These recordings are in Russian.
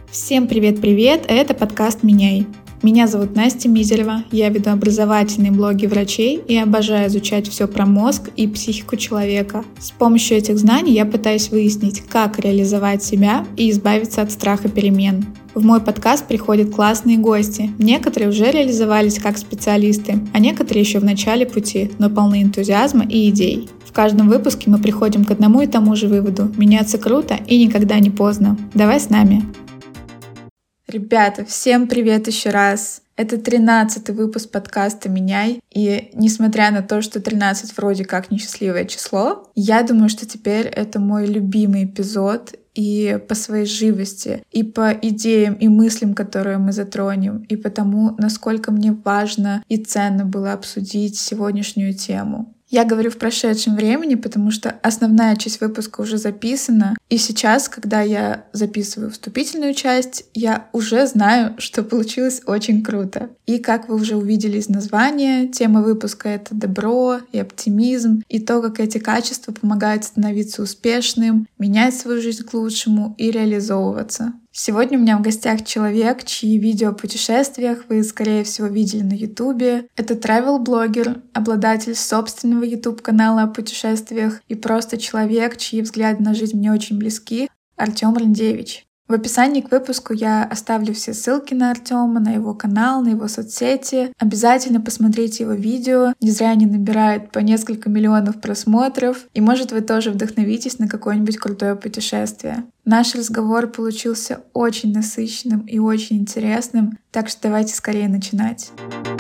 Всем привет-привет, это подкаст «Меняй». Меня зовут Настя Мизерева, я веду образовательные блоги врачей и обожаю изучать все про мозг и психику человека. С помощью этих знаний я пытаюсь выяснить, как реализовать себя и избавиться от страха перемен. В мой подкаст приходят классные гости. Некоторые уже реализовались как специалисты, а некоторые еще в начале пути, но полны энтузиазма и идей. В каждом выпуске мы приходим к одному и тому же выводу: меняться круто и никогда не поздно. Давай с нами! Ребята, всем привет еще раз! Это 13-й выпуск подкаста «Меняй», и несмотря на то, что 13 вроде как несчастливое число, я думаю, что теперь это мой любимый эпизод и по своей живости, и по идеям и мыслям, которые мы затронем, и потому, насколько мне важно и ценно было обсудить сегодняшнюю тему. Я говорю в прошедшем времени, потому что основная часть выпуска уже записана, и сейчас, когда я записываю вступительную часть, я уже знаю, что получилось очень круто. И как вы уже увидели из названия, тема выпуска — это добро и оптимизм, и то, как эти качества помогают становиться успешным, менять свою жизнь к лучшему и реализовываться. Сегодня у меня в гостях человек, чьи видео о путешествиях вы, скорее всего, видели на Ютубе. Это travel-блогер, обладатель собственного YouTube-канала о путешествиях и просто человек, чьи взгляды на жизнь мне очень близки, Артём Рандевич. В описании к выпуску я оставлю все ссылки на Артёма, на его канал, на его соцсети. Обязательно посмотрите его видео. Не зря они набирают по несколько миллионов просмотров. И может вы тоже вдохновитесь на какое-нибудь крутое путешествие. Наш разговор получился очень насыщенным и очень интересным, так что давайте скорее начинать.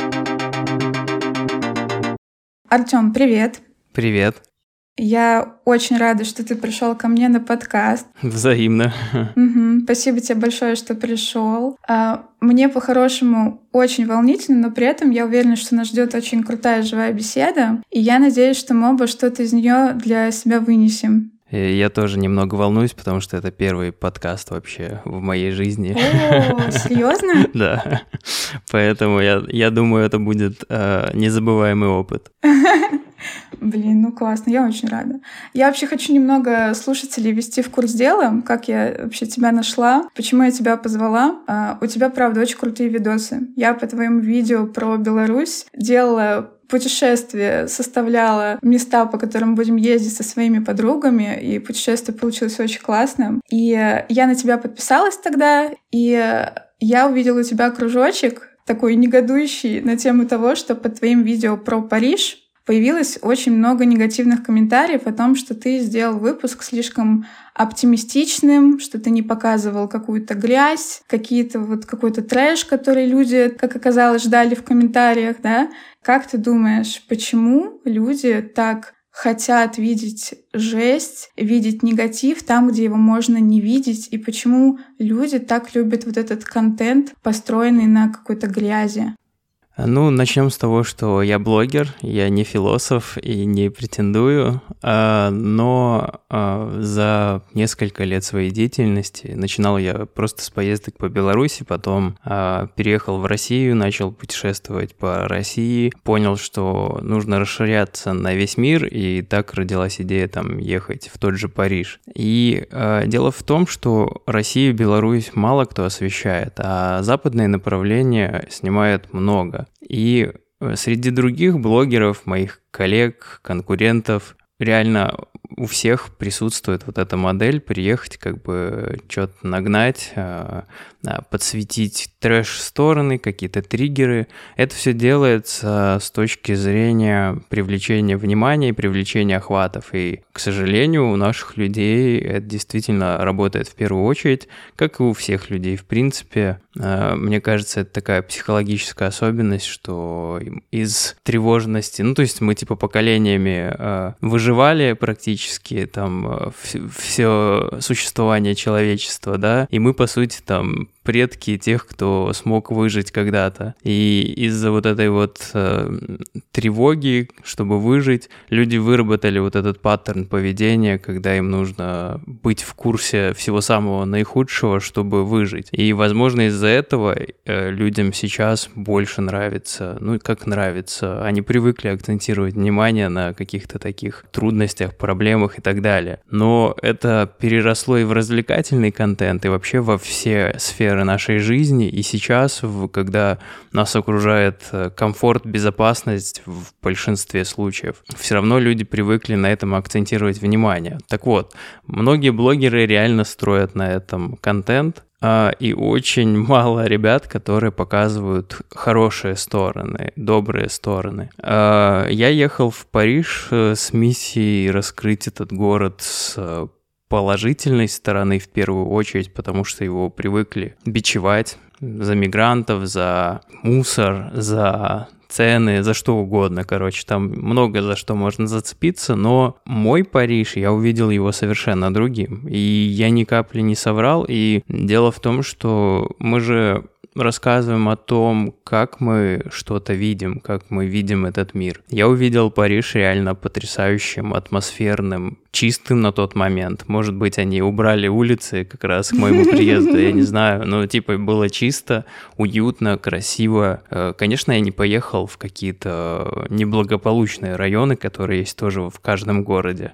Артём, привет! Привет! Я очень рада, что ты пришел ко мне на подкаст. Взаимно. Спасибо тебе большое, что пришел. Мне по-хорошему очень волнительно, но при этом я уверена, что нас ждет очень крутая живая беседа. И я надеюсь, что мы оба что-то из нее для себя вынесем. Я тоже немного волнуюсь, потому что это первый подкаст вообще в моей жизни. О, серьезно? Да. Поэтому я думаю, это будет незабываемый опыт. Блин, ну классно, я очень рада. Я вообще хочу немного слушателей ввести в курс дела, как я вообще тебя нашла, почему я тебя позвала. У тебя, правда, очень крутые видосы. Я по твоему видео про Беларусь делала путешествие, составляла места, по которым будем ездить со своими подругами, и путешествие получилось очень классным. И я на тебя подписалась тогда, и я увидела у тебя кружочек, такой негодующий на тему того, что под твоим видео про Париж появилось очень много негативных комментариев о том, что ты сделал выпуск слишком оптимистичным, что ты не показывал какую-то грязь, какой-то трэш, который люди, как оказалось, ждали в комментариях, да? Как ты думаешь, почему люди так хотят видеть жесть, видеть негатив там, где его можно не видеть, и почему люди так любят вот этот контент, построенный на какой-то грязи? Ну, начнем с того, что я блогер, я не философ и не претендую, но за несколько лет своей деятельности начинал я просто с поездок по Беларуси, потом переехал в Россию, начал путешествовать по России, понял, что нужно расширяться на весь мир, и так родилась идея там ехать в тот же Париж. И дело в том, что Россию и Беларусь мало кто освещает, а западные направления снимают много. И среди других блогеров, моих коллег, конкурентов, реально у всех присутствует вот эта модель приехать, как бы что-то нагнать, подсветить трэш-стороны, какие-то триггеры. Это все делается с точки зрения привлечения внимания и привлечения охватов. И, к сожалению, у наших людей это действительно работает в первую очередь, как и у всех людей. В принципе, мне кажется, это такая психологическая особенность, что из тревожности, то есть мы типа поколениями выживали практически там все существование человечества, да, и мы, по сути, там предки тех, кто смог выжить когда-то. И из-за вот этой вот тревоги, чтобы выжить, люди выработали вот этот паттерн поведения, когда им нужно быть в курсе всего самого наихудшего, чтобы выжить. И, возможно, из-за этого людям сейчас больше нравится, как нравится, они привыкли акцентировать внимание на каких-то таких трудностях, проблемах и так далее. Но это переросло и в развлекательный контент, и вообще во все сферы нашей жизни. И сейчас, когда нас окружает комфорт, безопасность в большинстве случаев, все равно люди привыкли на этом акцентировать внимание. Так вот, многие блогеры реально строят на этом контент, и очень мало ребят, которые показывают хорошие стороны, добрые стороны. Я ехал в Париж с миссией раскрыть этот город с положительной стороны в первую очередь, потому что его привыкли бичевать за мигрантов, за мусор, за цены, за что угодно, короче, там много за что можно зацепиться, но мой Париж, я увидел его совершенно другим, и я ни капли не соврал, и дело в том, что мы же рассказываем о том, как мы что-то видим, как мы видим этот мир. Я увидел Париж реально потрясающим, атмосферным, чистым на тот момент. Может быть, они убрали улицы как раз к моему приезду, я не знаю. Но было чисто, уютно, красиво. Конечно, я не поехал в какие-то неблагополучные районы, которые есть тоже в каждом городе.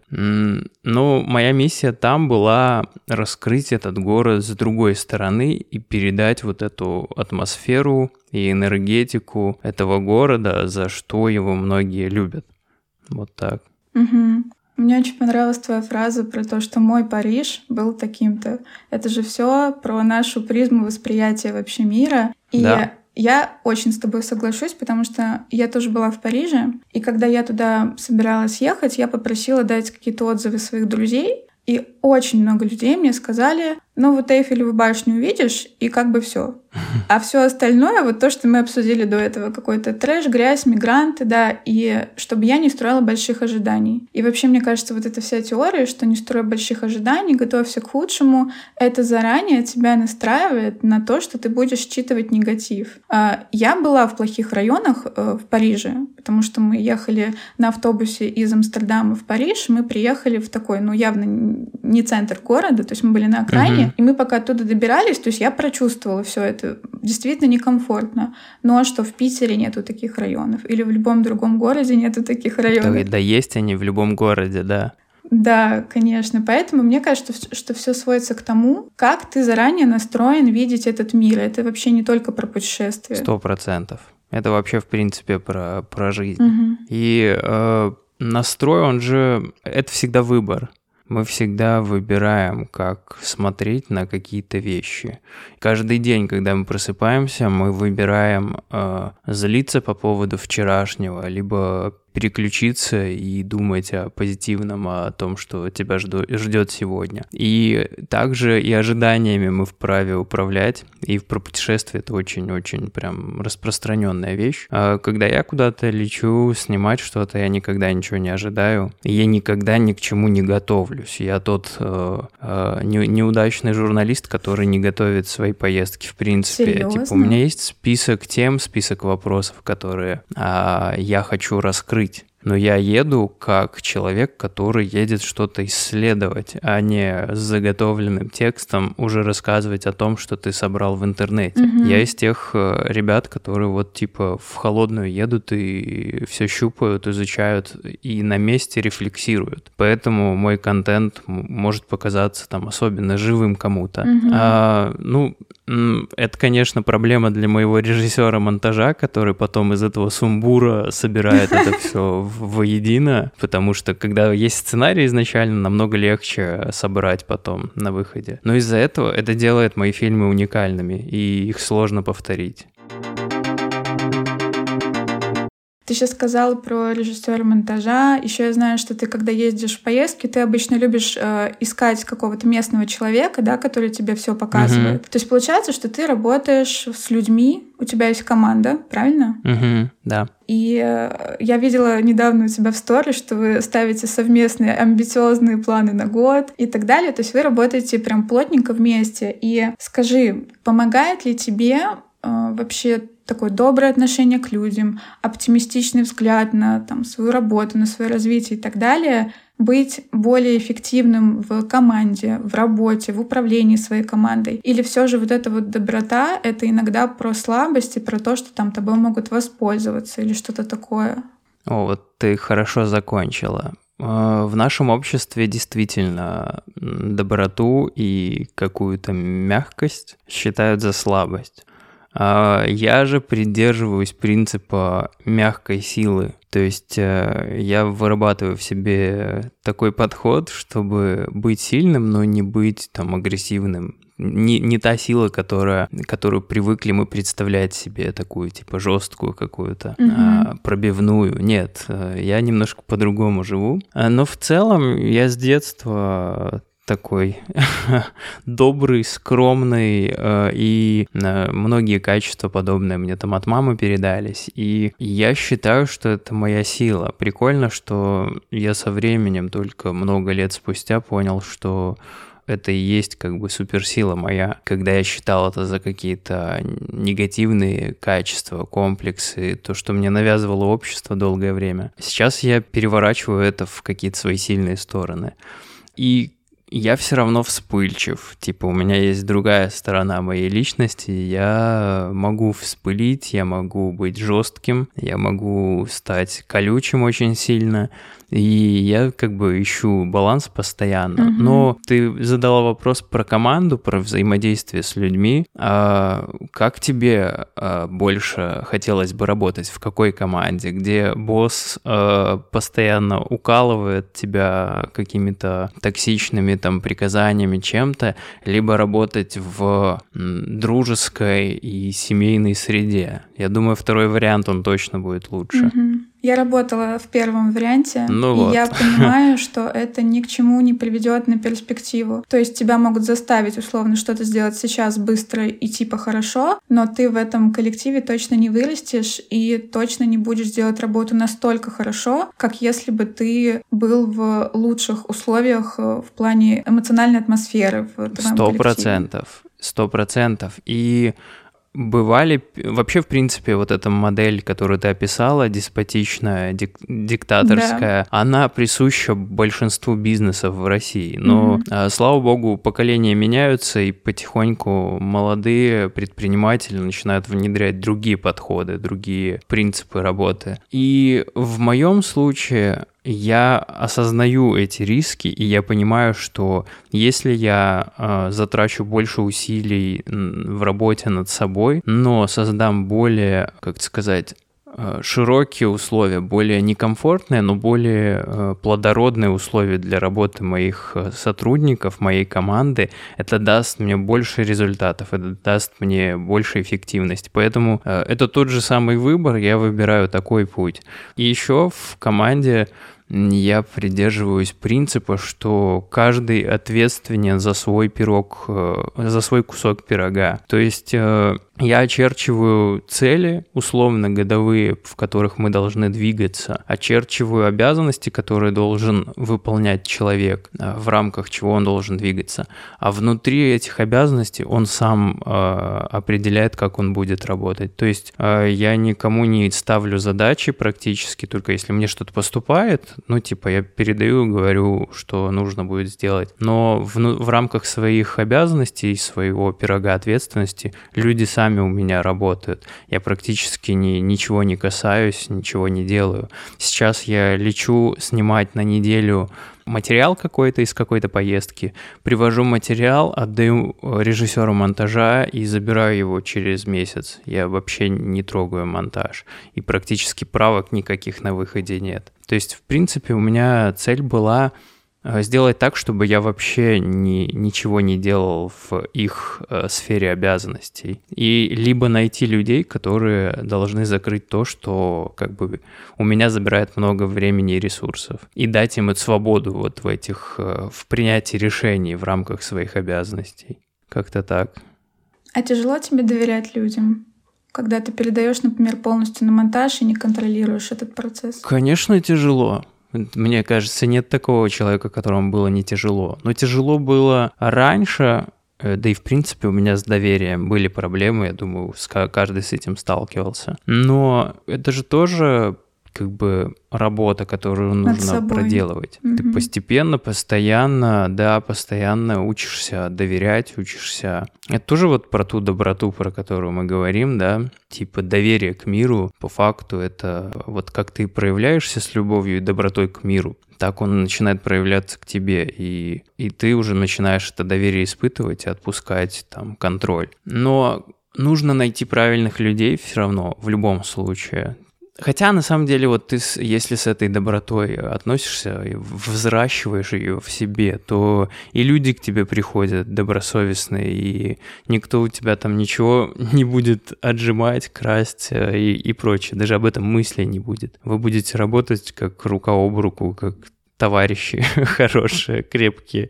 Но моя миссия там была раскрыть этот город с другой стороны и передать вот эту атмосферу и энергетику этого города, за что его многие любят. Вот так. Угу. Мне очень понравилась твоя фраза про то, что мой Париж был таким-то. Это же все про нашу призму восприятия вообще мира. И да. Я очень с тобой соглашусь, потому что я тоже была в Париже, и когда я туда собиралась ехать, я попросила дать какие-то отзывы своих друзей, и очень много людей мне сказали: вот Эйфелеву башню увидишь, и как бы все. А все остальное, вот то, что мы обсудили до этого, какой-то трэш, грязь, мигранты, да, и чтобы я не строила больших ожиданий. И вообще, мне кажется, вот эта вся теория, что не строй больших ожиданий, готовься к худшему, это заранее тебя настраивает на то, что ты будешь считывать негатив. Я была в плохих районах в Париже, потому что мы ехали на автобусе из Амстердама в Париж, мы приехали в такой, явно не центр города, то есть мы были на окраине, и мы пока оттуда добирались, то есть я прочувствовала все это. Действительно некомфортно. Ну а что, в Питере нету таких районов? Или в любом другом городе нету таких районов? Да, есть они в любом городе, да. Да, конечно. Поэтому мне кажется, что все сводится к тому, как ты заранее настроен видеть этот мир. Это вообще не только про путешествия. 100%. Это вообще, в принципе, про жизнь. Угу. И настрой, он же... Это всегда выбор. Мы всегда выбираем, как смотреть на какие-то вещи. Каждый день, когда мы просыпаемся, мы выбираем злиться по поводу вчерашнего, либо переключиться и думать о позитивном, о том, что тебя ждет сегодня. И также и ожиданиями мы вправе управлять, и про путешествие это очень-очень прям распространенная вещь. Когда я куда-то лечу снимать что-то, я никогда ничего не ожидаю, и я никогда ни к чему не готовлюсь. Я тот неудачный журналист, который не готовит свои поездки в принципе. Серьезно? У меня есть список тем, список вопросов, которые я хочу раскрыть. Но я еду как человек, который едет что-то исследовать, а не с заготовленным текстом уже рассказывать о том, что ты собрал в интернете. Mm-hmm. Я из тех ребят, которые в холодную едут и все щупают, изучают и на месте рефлексируют. Поэтому мой контент может показаться особенно живым кому-то. Mm-hmm. Это, конечно, проблема для моего режиссера монтажа, который потом из этого сумбура собирает это все воедино, потому что когда есть сценарий изначально, намного легче собрать потом на выходе. Но из-за этого это делает мои фильмы уникальными, и их сложно повторить. Ты сейчас сказала про режиссера монтажа. Еще я знаю, что ты, когда ездишь в поездки, ты обычно любишь искать какого-то местного человека, да, который тебе все показывает. То есть получается, что ты работаешь с людьми, у тебя есть команда, правильно? Да. И я видела недавно у тебя в сторис, что вы ставите совместные амбициозные планы на год и так далее. То есть вы работаете прям плотненько вместе. И скажи, помогает ли тебе вообще такое доброе отношение к людям, оптимистичный взгляд на свою работу, на свое развитие и так далее, быть более эффективным в команде, в работе, в управлении своей командой? Или все же вот эта вот доброта — это иногда про слабость и про то, что тобой могут воспользоваться или что-то такое? О, вот ты хорошо закончила. В нашем обществе действительно доброту и какую-то мягкость считают за слабость. Я же придерживаюсь принципа мягкой силы. То есть я вырабатываю в себе такой подход, чтобы быть сильным, но не быть агрессивным. Не та сила, которую привыкли мы представлять себе, такую жесткую какую-то, пробивную. Нет, я немножко по-другому живу. Но в целом я с детства такой добрый, скромный, и многие качества подобные мне от мамы передались. И я считаю, что это моя сила. Прикольно, что я со временем, только много лет спустя, понял, что это и есть суперсила моя. Когда я считал это за какие-то негативные качества, комплексы, то, что мне навязывало общество долгое время. Сейчас я переворачиваю это в какие-то свои сильные стороны. И я все равно вспыльчив. У меня есть другая сторона моей личности. Я могу вспылить, я могу быть жестким, я могу стать колючим очень сильно. И я ищу баланс постоянно. Но ты задала вопрос про команду, про взаимодействие с людьми. Как тебе больше хотелось бы работать? В какой команде? Где босс постоянно укалывает тебя какими-то токсичными приказаниями, чем-то, либо работать в дружеской и семейной среде? Я думаю, второй вариант, он точно будет лучше. Я работала в первом варианте, я понимаю, что это ни к чему не приведет на перспективу. То есть тебя могут заставить условно что-то сделать сейчас быстро и хорошо, но ты в этом коллективе точно не вырастешь и точно не будешь делать работу настолько хорошо, как если бы ты был в лучших условиях в плане эмоциональной атмосферы в твоем коллективе. 100%. И бывали, вообще, в принципе, вот эта модель, которую ты описала, деспотичная, диктаторская, она присуща большинству бизнесов в России. Но, слава богу, поколения меняются, и потихоньку молодые предприниматели начинают внедрять другие подходы, другие принципы работы. И в моем случае я осознаю эти риски, и я понимаю, что если я затрачу больше усилий в работе над собой, но создам более, широкие условия, более некомфортные, но более плодородные условия для работы моих сотрудников, моей команды, это даст мне больше результатов, это даст мне больше эффективности. Поэтому это тот же самый выбор, я выбираю такой путь. И еще в команде я придерживаюсь принципа, что каждый ответственен за свой пирог, за свой кусок пирога. То есть я очерчиваю цели, условно годовые, в которых мы должны двигаться, очерчиваю обязанности, которые должен выполнять человек, в рамках чего он должен двигаться. А внутри этих обязанностей он сам определяет, как он будет работать. То есть я никому не ставлю задачи практически, только если мне что-то поступает, я передаю, говорю, что нужно будет сделать. Но в рамках своих обязанностей, своего пирога ответственности люди сами у меня работают. Я практически ничего не касаюсь, ничего не делаю. Сейчас я лечу снимать на неделю материал какой-то из какой-то поездки, привожу материал, отдаю режиссеру монтажа и забираю его через месяц. Я вообще не трогаю монтаж. И практически правок никаких на выходе нет. То есть, в принципе, у меня цель была сделать так, чтобы я вообще ничего не делал в их сфере обязанностей. И либо найти людей, которые должны закрыть то, что у меня забирает много времени и ресурсов. И дать им эту свободу в принятии решений в рамках своих обязанностей. Как-то так. А тяжело тебе доверять людям? когда ты передаешь, например, полностью на монтаж и не контролируешь этот процесс? Конечно, тяжело. Мне кажется, нет такого человека, которому было не тяжело. Но тяжело было раньше, да и в принципе у меня с доверием были проблемы, я думаю, каждый с этим сталкивался. Но это же тоже как бы работа, которую нужно проделывать. Ты постепенно, постоянно учишься доверять, учишься. Это тоже вот про ту доброту, про которую мы говорим, да, типа доверие к миру, по факту это вот как ты проявляешься с любовью и добротой к миру, так он начинает проявляться к тебе, и ты уже начинаешь это доверие испытывать и отпускать там контроль. Но нужно найти правильных людей все равно, в любом случае. Хотя, на самом деле, вот ты, если с этой добротой относишься и взращиваешь ее в себе, то и люди к тебе приходят добросовестные, и никто у тебя там ничего не будет отжимать, красть и прочее. Даже об этом мысли не будет. Вы будете работать как рука об руку, как товарищи хорошие, крепкие.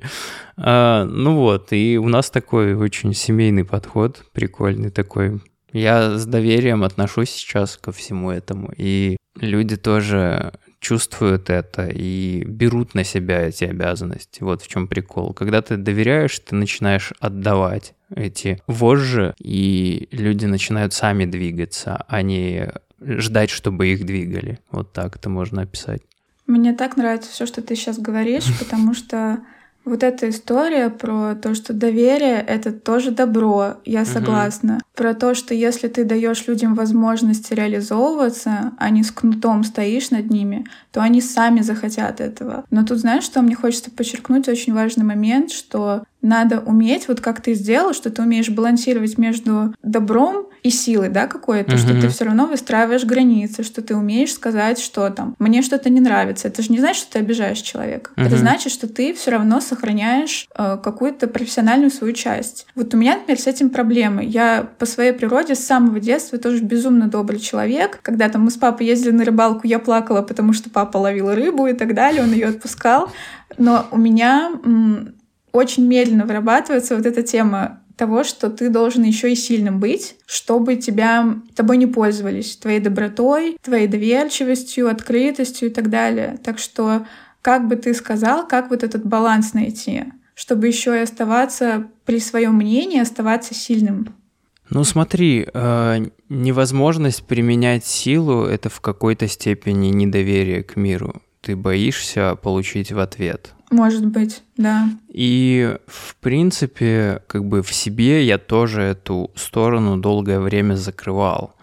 Ну вот, и у нас такой очень семейный подход, прикольный такой. Я с доверием отношусь сейчас ко всему этому, и люди тоже чувствуют это и берут на себя эти обязанности. Вот в чем прикол. Когда ты доверяешь, ты начинаешь отдавать эти вожжи, и люди начинают сами двигаться, а не ждать, чтобы их двигали. Вот так это можно описать. Мне так нравится все, что ты сейчас говоришь, потому что вот эта история про то, что доверие — это тоже добро, я согласна. Про то, что если ты даешь людям возможность реализовываться, а не с кнутом стоишь над ними, то они сами захотят этого. Но тут, знаешь, что мне хочется подчеркнуть очень важный момент, что надо уметь, вот как ты сделал, что ты умеешь балансировать между добром и силой, да, какой-то, что ты все равно выстраиваешь границы, что ты умеешь сказать, что там мне что-то не нравится. Это же не значит, что ты обижаешь человека. Это значит, что ты все равно сохраняешь какую-то профессиональную свою часть. Вот у меня, например, с этим проблемы. Я по своей природе с самого детства тоже безумно добрый человек. Когда там мы с папой ездили на рыбалку, я плакала, потому что папа ловил рыбу и так далее, он ее отпускал. Но у меня очень медленно вырабатывается вот эта тема того, что ты должен еще и сильным быть, чтобы тобой не пользовались, твоей добротой, твоей доверчивостью, открытостью и так далее. Так что, как бы ты сказал, как вот этот баланс найти, чтобы еще и оставаться при своем мнении, оставаться сильным? Ну смотри, невозможность применять силу — это в какой-то степени недоверие к миру. Ты боишься получить в ответ. Может быть, да. И, в принципе, как бы в себе я тоже эту сторону долгое время закрывал.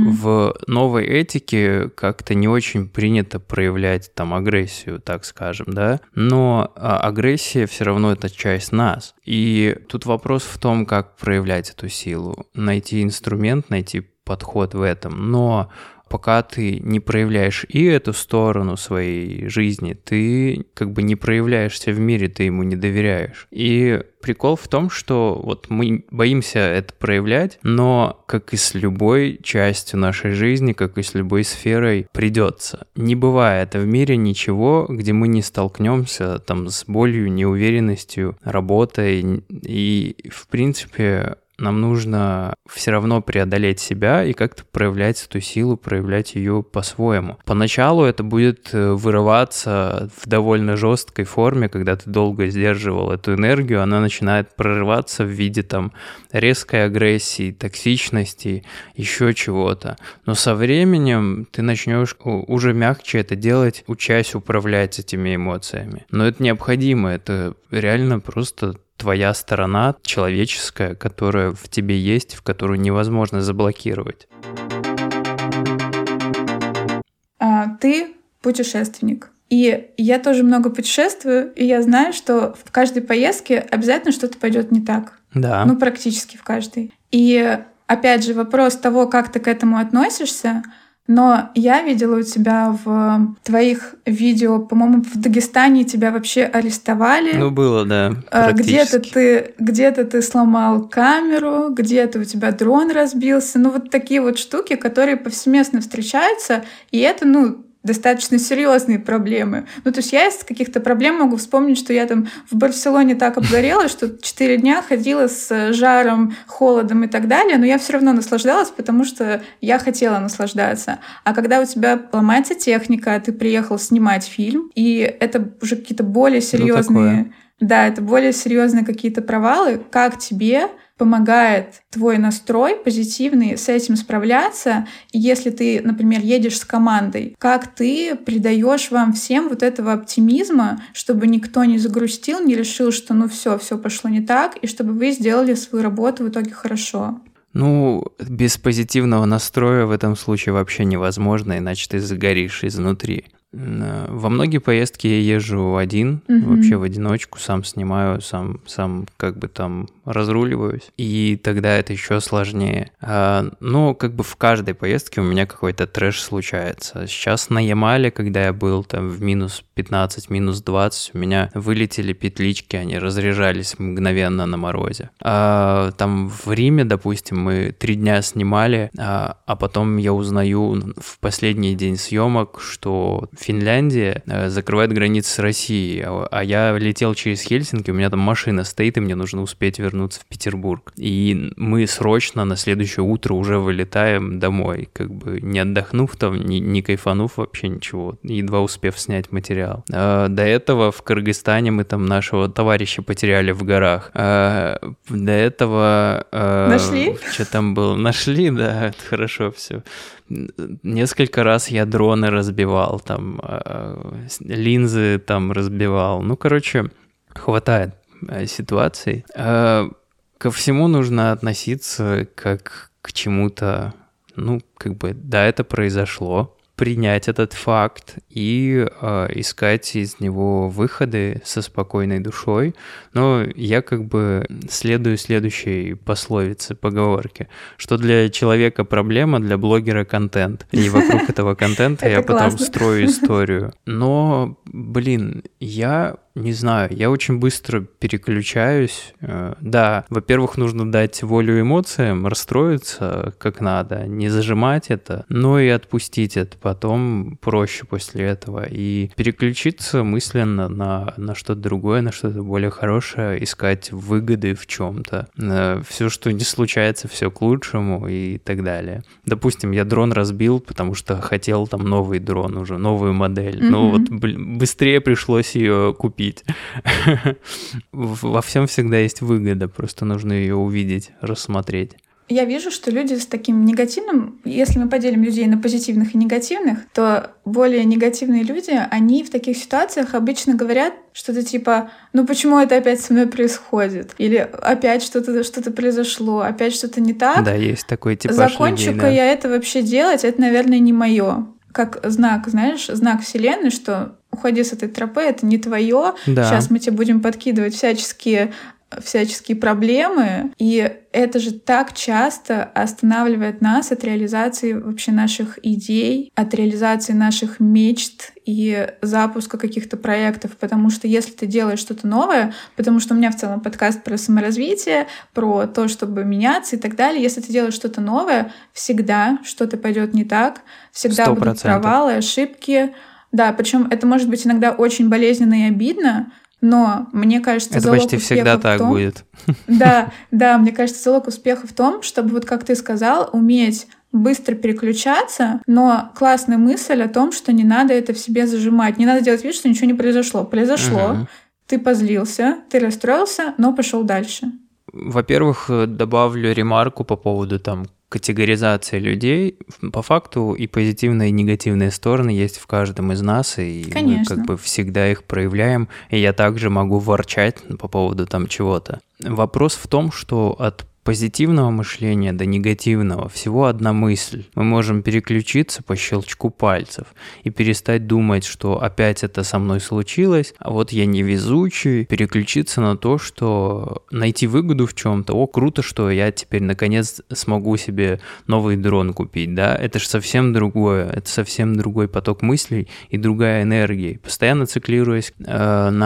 В новой этике как-то не очень принято проявлять там агрессию, так скажем, да. Но агрессия все равно это часть нас. И тут вопрос в том, как проявлять эту силу. Найти инструмент, найти подход в этом. Но пока ты не проявляешь и эту сторону своей жизни, ты как бы не проявляешься в мире, ты ему не доверяешь. И прикол в том, что вот мы боимся это проявлять, но как и с любой частью нашей жизни, как и с любой сферой, придется. Не бывает в мире ничего, где мы не столкнемся там с болью, неуверенностью, работой. И в принципе нам нужно все равно преодолеть себя и как-то проявлять эту силу, проявлять ее по-своему. Поначалу это будет вырываться в довольно жесткой форме, когда ты долго сдерживал эту энергию, она начинает прорываться в виде там резкой агрессии, токсичности, еще чего-то. Но со временем ты начнешь уже мягче это делать, учась управлять этими эмоциями. Но это необходимо, это реально просто твоя сторона человеческая, которая в тебе есть, в которую невозможно заблокировать. Ты путешественник. И я тоже много путешествую, и я знаю, что в каждой поездке обязательно что-то пойдет не так. Да. Ну, практически в каждой. И опять же, вопрос того, как ты к этому относишься. Но я видела у тебя в твоих видео, по-моему, в Дагестане тебя вообще арестовали. Ну, было, да, Где-то ты сломал камеру, где-то у тебя дрон разбился. Ну, вот такие вот штуки, которые повсеместно встречаются. И это, достаточно серьезные проблемы. Ну, то есть я из каких-то проблем могу вспомнить, что я там в Барселоне так обгорела, что 4 дня ходила с жаром, холодом и так далее, но я все равно наслаждалась, потому что я хотела наслаждаться. А когда у тебя ломается техника, ты приехал снимать фильм, и это уже какие-то более серьезные... Да, это более серьезные какие-то провалы. Как тебе помогает твой настрой позитивный с этим справляться? И если ты, например, едешь с командой, как ты придаешь вам всем вот этого оптимизма, чтобы никто не загрустил, не решил, что ну все пошло не так, и чтобы вы сделали свою работу в итоге хорошо? Ну, без позитивного настроя в этом случае вообще невозможно, иначе ты загоришь изнутри. Во многие поездки я езжу один, вообще в одиночку, сам снимаю, сам как бы там разруливаюсь, и тогда это еще сложнее. Но как бы в каждой поездке у меня какой-то трэш случается. Сейчас на Ямале, когда я был там в минус 15, минус 20, у меня вылетели петлички, они разряжались мгновенно на морозе. Там в Риме, допустим, мы 3 дня снимали, а потом я узнаю в последний день съемок, что Финляндия закрывает границы с Россией, а я летел через Хельсинки, у меня там машина стоит, и мне нужно успеть вернуться в Петербург. И мы срочно на следующее утро уже вылетаем домой, как бы не отдохнув там, не кайфанув вообще ничего, едва успев снять материал. До этого в Кыргызстане мы там нашего товарища потеряли в горах. До этого... Нашли? Что там было? Нашли, да, это хорошо все. Несколько раз я дроны разбивал, там линзы там разбивал. Ну, короче, хватает ситуаций. Ко всему нужно относиться как к чему-то, ну, как бы, да, это произошло, принять этот факт и искать из него выходы со спокойной душой. Но я как бы следую следующей пословице, поговорке, что для человека проблема, для блогера контент. И вокруг этого контента я потом строю историю. Но, блин, я не знаю, я очень быстро переключаюсь. Да, во-первых, нужно дать волю эмоциям, расстроиться как надо, не зажимать это, но и отпустить это. Потом проще после этого. И переключиться мысленно на что-то другое, на что-то более хорошее, искать выгоды в чем-то. Все, что не случается, все к лучшему и так далее. Допустим, я дрон разбил, потому что хотел там новый дрон уже, новую модель. Ну вот быстрее пришлось ее купить. Во всем всегда есть выгода, просто нужно ее увидеть, рассмотреть. Я вижу, что люди с таким негативным, если мы поделим людей на позитивных и негативных, то более негативные люди, они в таких ситуациях обычно говорят что-то типа «ну почему это опять со мной происходит?» Или «опять что-то произошло, опять что-то не так». Да, есть такой типаж «Закончу-ка людей, да. я это вообще делать, это, наверное, не мое». Как знак, знаешь, знак Вселенной, что уходи с этой тропы, это не твое. Да. Сейчас мы тебе будем подкидывать всяческие проблемы, и это же так часто останавливает нас от реализации вообще наших идей, от реализации наших мечт и запуска каких-то проектов, потому что если ты делаешь что-то новое, потому что у меня в целом подкаст про саморазвитие, про то, чтобы меняться и так далее, если ты делаешь что-то новое, всегда что-то пойдет не так, всегда 100%. будут провалы, ошибки. Да, причем это может быть иногда очень болезненно и обидно, но мне кажется, это залог почти успеха всегда в так том, будет. Да, мне кажется, залог успеха в том, чтобы, вот как ты сказал, уметь быстро переключаться, но классная мысль о том, что не надо это в себе зажимать, не надо делать вид, что ничего не произошло. Произошло, ты позлился, ты расстроился, но пошел дальше. Во-первых, добавлю ремарку по поводу там категоризации людей. По факту и позитивные, и негативные стороны есть в каждом из нас, и Конечно. мы как бы всегда их проявляем, и я также могу ворчать по поводу там чего-то. Вопрос в том, что от позитивного мышления до негативного всего одна мысль. Мы можем переключиться по щелчку пальцев и перестать думать, что опять это со мной случилось, а вот я невезучий, переключиться на то, что найти выгоду в чем-то. О, круто, что я теперь наконец смогу себе новый дрон купить, да? Это же совсем другое, это совсем другой поток мыслей и другая энергия. Постоянно циклируясь на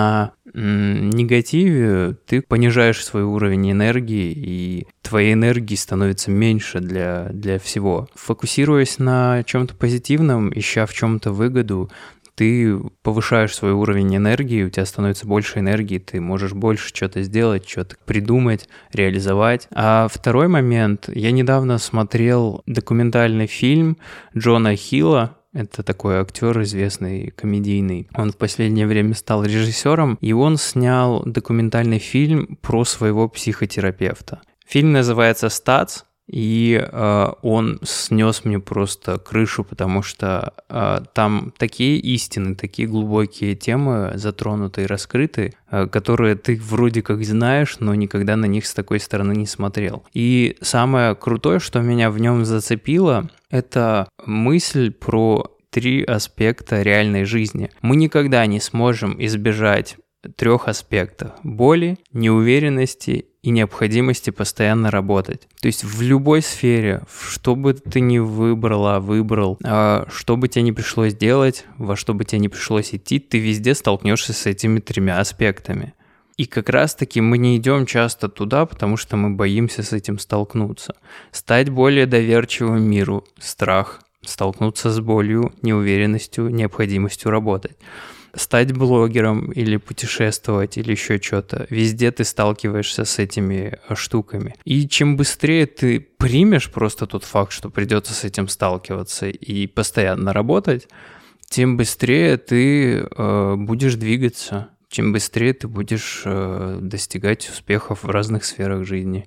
негативе, ты понижаешь свой уровень энергии, и твоей энергии становится меньше для всего. Фокусируясь на чем-то позитивном, ища в чем-то выгоду, ты повышаешь свой уровень энергии, у тебя становится больше энергии, ты можешь больше что-то сделать, что-то придумать, реализовать. А второй момент, я недавно смотрел документальный фильм Джона Хилла. Это такой актер известный, комедийный. Он в последнее время стал режиссером, и он снял документальный фильм про своего психотерапевта. Фильм называется «Статс», и он снес мне просто крышу, потому что там такие истины, такие глубокие темы затронуты и раскрыты, которые ты вроде как знаешь, но никогда на них с такой стороны не смотрел. И самое крутое, что меня в нем зацепило, это мысль про 3 аспекта реальной жизни. Мы никогда не сможем избежать 3 аспектов: боли, неуверенности и необходимости постоянно работать. То есть в любой сфере, что бы ты ни выбрал, что бы тебе ни пришлось делать, во что бы тебе ни пришлось идти, ты везде столкнешься с этими 3 аспектами. И как раз-таки мы не идем часто туда, потому что мы боимся с этим столкнуться. Стать более доверчивым миру – страх. Столкнуться с болью, неуверенностью, необходимостью работать. Стать блогером или путешествовать, или еще что-то. Везде ты сталкиваешься с этими штуками. И чем быстрее ты примешь просто тот факт, что придется с этим сталкиваться и постоянно работать, тем быстрее ты будешь двигаться. Чем быстрее ты будешь достигать успехов в разных сферах жизни.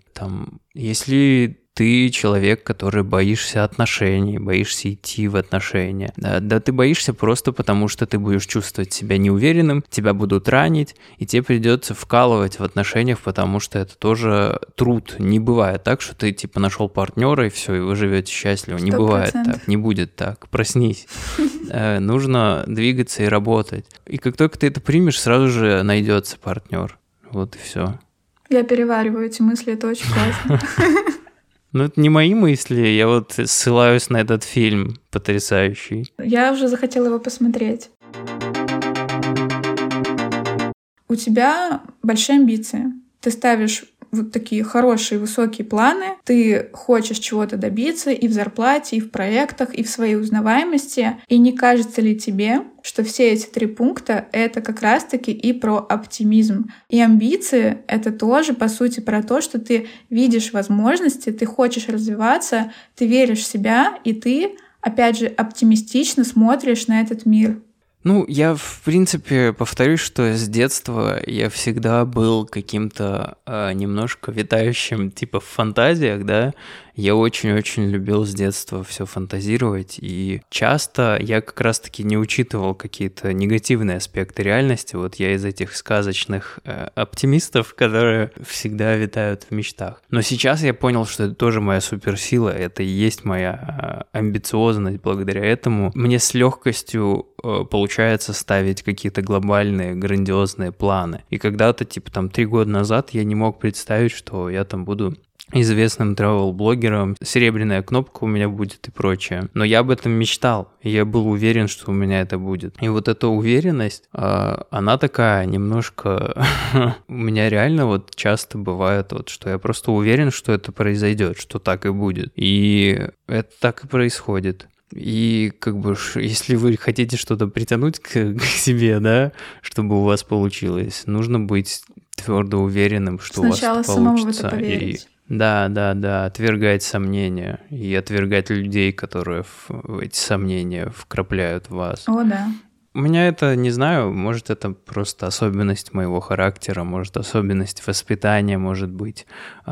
Если ты человек, который боишься отношений, боишься идти в отношения. Да ты боишься просто потому, что ты будешь чувствовать себя неуверенным, тебя будут ранить, и тебе придется вкалывать в отношениях, потому что это тоже труд. Не бывает так, что ты нашел партнера, и все, и вы живете счастливо. 100%. Не бывает так, не будет так. Проснись. Нужно двигаться и работать. И как только ты это примешь, сразу же найдется партнер. Вот и все. Я перевариваю эти мысли, это очень классно. Ну, это не мои мысли, я вот ссылаюсь на этот фильм потрясающий. Я уже захотела его посмотреть. У тебя большие амбиции. Ты ставишь вот такие хорошие, высокие планы. Ты хочешь чего-то добиться и в зарплате, и в проектах, и в своей узнаваемости. И не кажется ли тебе, что все эти 3 пункта — это как раз-таки и про оптимизм? И амбиции — это тоже, по сути, про то, что ты видишь возможности, ты хочешь развиваться, ты веришь в себя, и ты, опять же, оптимистично смотришь на этот мир. Ну, я, в принципе, повторюсь, что с детства я всегда был каким-то немножко витающим, в фантазиях, да. Я очень-очень любил с детства все фантазировать, и часто я как раз-таки не учитывал какие-то негативные аспекты реальности. Вот я из этих сказочных оптимистов, которые всегда витают в мечтах. Но сейчас я понял, что это тоже моя суперсила, это и есть моя амбициозность. Благодаря этому мне с легкостью получается ставить какие-то глобальные, грандиозные планы. И когда-то, 3 года назад я не мог представить, что я буду известным travel-блогером, серебряная кнопка у меня будет и прочее. Но я об этом мечтал, и я был уверен, что у меня это будет. И вот эта уверенность, она такая немножко... У меня реально вот часто бывает, что я просто уверен, что это произойдет, что так и будет. И это так и происходит. И если вы хотите что-то притянуть к себе, да, чтобы у вас получилось, нужно быть твердо уверенным, что сначала у вас получится. Сначала самому в это поверить. Да, отвергать сомнения и отвергать людей, которые в эти сомнения вкрапляют в вас. О, да. У меня это, не знаю, может, это просто особенность моего характера, может, особенность воспитания, может быть,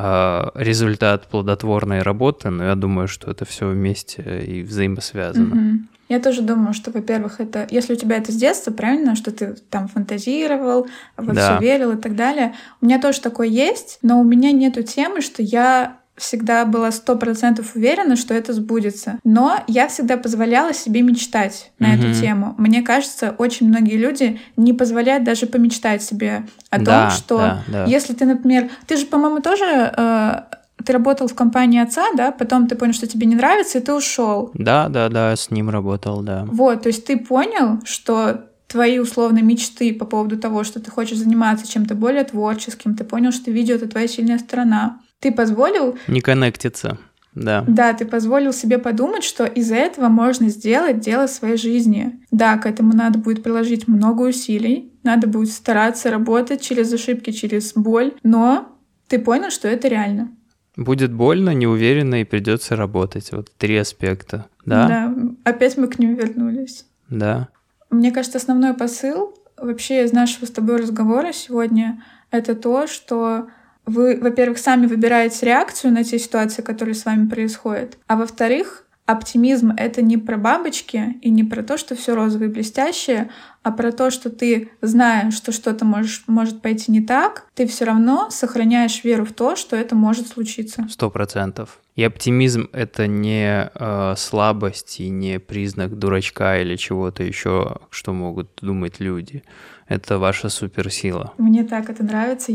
результат плодотворной работы, но я думаю, что это все вместе и взаимосвязано. Угу. Я тоже думаю, что, во-первых, это, если у тебя это с детства, правильно, что ты фантазировал, все верил и так далее. У меня тоже такое есть, но у меня нету темы, что я всегда была 100% уверена, что это сбудется. Но я всегда позволяла себе мечтать на эту тему. Мне кажется, очень многие люди не позволяют даже помечтать себе о том, что если ты, например... Ты же, по-моему, тоже... Ты работал в компании отца, да? Потом ты понял, что тебе не нравится, и ты ушел. Да, с ним работал, да. Вот, то есть ты понял, что твои условно мечты по поводу того, что ты хочешь заниматься чем-то более творческим, ты понял, что видео — это твоя сильная сторона. Ты позволил... Не коннектиться, да. Да, ты позволил себе подумать, что из-за этого можно сделать дело своей жизни. Да, к этому надо будет приложить много усилий, надо будет стараться работать через ошибки, через боль, но ты понял, что это реально. Будет больно, неуверенно и придется работать. Вот 3 аспекта, да? Да, опять мы к ним вернулись. Да. Мне кажется, основной посыл вообще из нашего с тобой разговора сегодня — это то, что вы, во-первых, сами выбираете реакцию на те ситуации, которые с вами происходят, а во-вторых, оптимизм — это не про бабочки и не про то, что все розовое и блестящее, а про то, что ты, зная, что что-то может пойти не так, ты все равно сохраняешь веру в то, что это может случиться. 100%. И оптимизм — это не слабость и не признак дурачка или чего-то еще, что могут думать люди. Это ваша суперсила. Мне так это нравится.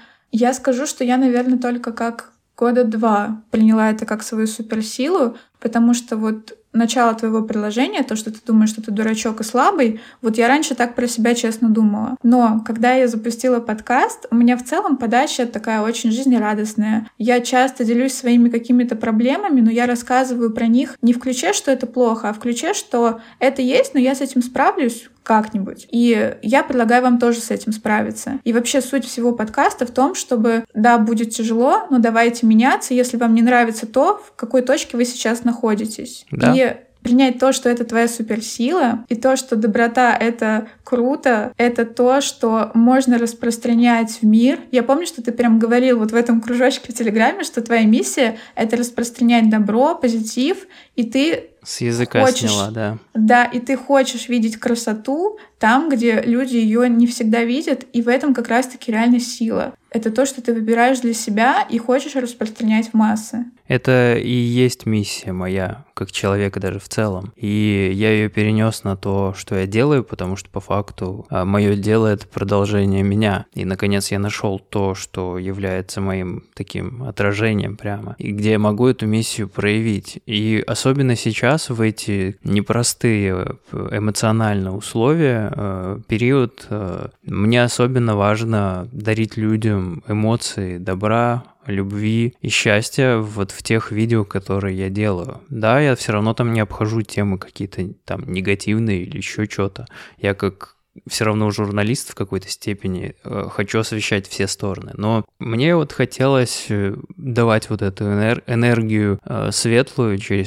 Я скажу, что я, наверное, только как 2 года приняла это как свою суперсилу, потому что вот начало твоего приложения, то, что ты думаешь, что ты дурачок и слабый, вот я раньше так про себя честно думала. Но когда я запустила подкаст, у меня в целом подача такая очень жизнерадостная. Я часто делюсь своими какими-то проблемами, но я рассказываю про них не в ключе, что это плохо, а в ключе, что это есть, но я с этим справлюсь как-нибудь. И я предлагаю вам тоже с этим справиться. И вообще суть всего подкаста в том, чтобы, да, будет тяжело, но давайте меняться, если вам не нравится то, в какой точке вы сейчас находитесь. Да. И принять то, что это твоя суперсила, и то, что доброта — это круто, это то, что можно распространять в мир. Я помню, что ты прям говорил вот в этом кружочке в Телеграме, что твоя миссия — это распространять добро, позитив, и ты с языка хочешь, сняла, да. Да, и ты хочешь видеть красоту там, где люди ее не всегда видят, и в этом как раз-таки реально сила. Это то, что ты выбираешь для себя и хочешь распространять в массы. Это и есть миссия моя, как человека даже в целом. И я ее перенес на то, что я делаю, потому что по факту мое дело — это продолжение меня. И, наконец, я нашел то, что является моим таким отражением прямо, и где я могу эту миссию проявить. И особенно сейчас, в эти непростые эмоционально условия, период, мне особенно важно дарить людям эмоции добра, любви и счастья вот в тех видео, которые я делаю. Да, я все равно там не обхожу темы какие-то там негативные или еще что-то. Я как все равно журналист в какой-то степени хочу освещать все стороны. Но мне вот хотелось давать вот эту энергию светлую через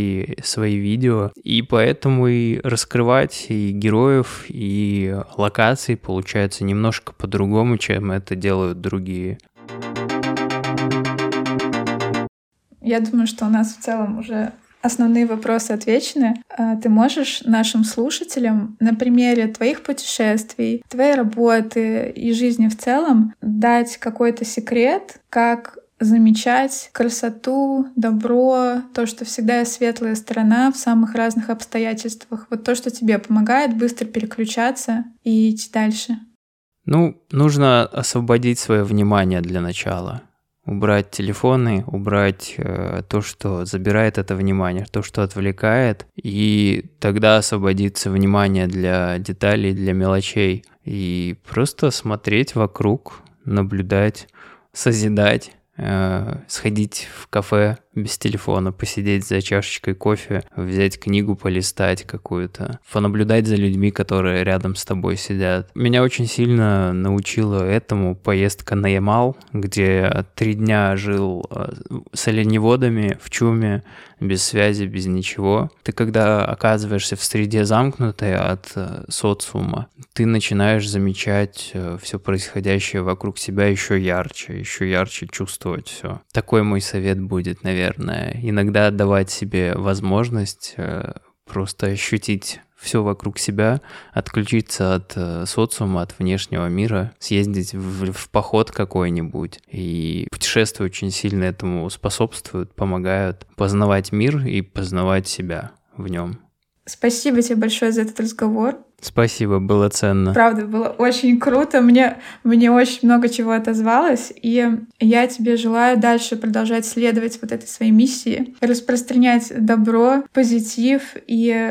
свои видео, и поэтому и раскрывать и героев, и локаций получается немножко по-другому, чем это делают другие. Я думаю, что у нас в целом уже основные вопросы отвечены. Ты можешь нашим слушателям на примере твоих путешествий, твоей работы и жизни в целом дать какой-то секрет, как замечать красоту, добро, то, что всегда есть светлая сторона в самых разных обстоятельствах. Вот то, что тебе помогает быстро переключаться и идти дальше. Нужно освободить свое внимание для начала. Убрать телефоны, убрать то, что забирает это внимание, то, что отвлекает, и тогда освободится внимание для деталей, для мелочей. И просто смотреть вокруг, наблюдать, созидать, сходить в кафе без телефона, посидеть за чашечкой кофе, взять книгу, полистать какую-то, понаблюдать за людьми, которые рядом с тобой сидят. Меня очень сильно научила этому поездка на Ямал, где 3 дня жил с оленеводами в чуме, без связи, без ничего. Ты когда оказываешься в среде замкнутой от социума, ты начинаешь замечать все происходящее вокруг себя еще ярче чувствовать все. Такой мой совет будет, наверное. Иногда давать себе возможность просто ощутить все вокруг себя, отключиться от социума, от внешнего мира, съездить в поход какой-нибудь. И путешествия очень сильно этому способствуют, помогают познавать мир и познавать себя в нем. Спасибо тебе большое за этот разговор. Спасибо, было ценно. Правда, было очень круто. Мне очень много чего отозвалось. И я тебе желаю дальше продолжать следовать вот этой своей миссии, распространять добро, позитив и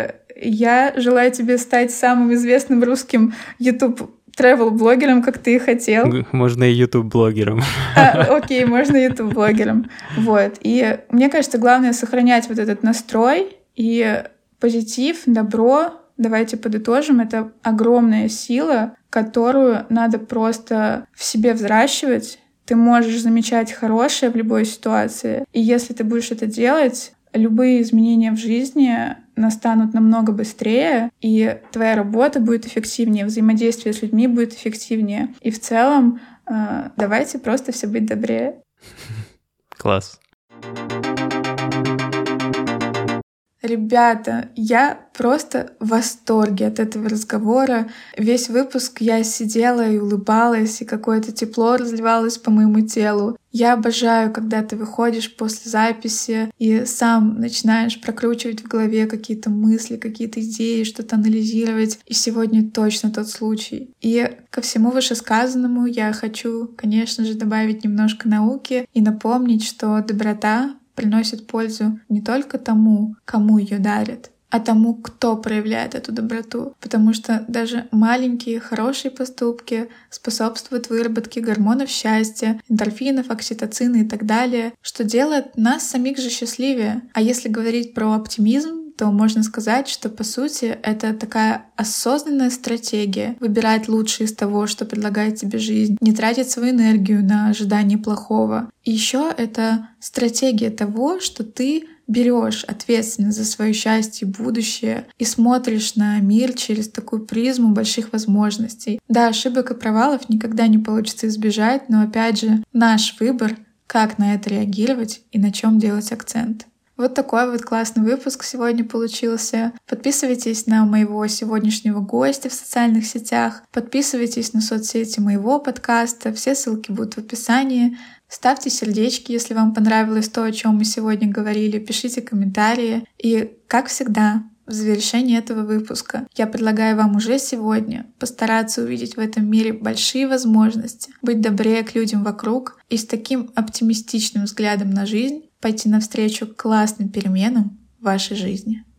Я желаю тебе стать самым известным русским YouTube travel-блогером, как ты и хотел. Можно и YouTube-блогером. Окей, можно YouTube-блогером. Вот. И мне кажется, главное сохранять вот этот настрой и позитив, добро. Давайте подытожим. Это огромная сила, которую надо просто в себе взращивать. Ты можешь замечать хорошее в любой ситуации. И если ты будешь это делать, любые изменения в жизни настанут намного быстрее, и твоя работа будет эффективнее, взаимодействие с людьми будет эффективнее. И в целом давайте просто все быть добрее. Класс. Ребята, я просто в восторге от этого разговора. Весь выпуск я сидела и улыбалась, и какое-то тепло разливалось по моему телу. Я обожаю, когда ты выходишь после записи и сам начинаешь прокручивать в голове какие-то мысли, какие-то идеи, что-то анализировать. И сегодня точно тот случай. И ко всему вышесказанному я хочу, конечно же, добавить немножко науки и напомнить, что доброта приносит пользу не только тому, кому ее дарят, а тому, кто проявляет эту доброту. Потому что даже маленькие хорошие поступки способствуют выработке гормонов счастья, эндорфинов, окситоцина и так далее, что делает нас самих же счастливее. А если говорить про оптимизм, то можно сказать, что по сути это такая осознанная стратегия выбирать лучшее из того, что предлагает тебе жизнь, не тратить свою энергию на ожидание плохого. И еще это стратегия того, что ты берешь ответственность за свое счастье и будущее и смотришь на мир через такую призму больших возможностей. Да, ошибок и провалов никогда не получится избежать, но опять же наш выбор, как на это реагировать и на чем делать акцент. Вот такой вот классный выпуск сегодня получился. Подписывайтесь на моего сегодняшнего гостя в социальных сетях, подписывайтесь на соцсети моего подкаста, все ссылки будут в описании. Ставьте сердечки, если вам понравилось то, о чем мы сегодня говорили, пишите комментарии. И, как всегда, в завершении этого выпуска я предлагаю вам уже сегодня постараться увидеть в этом мире большие возможности, быть добрее к людям вокруг и с таким оптимистичным взглядом на жизнь пойти навстречу классным переменам в вашей жизни.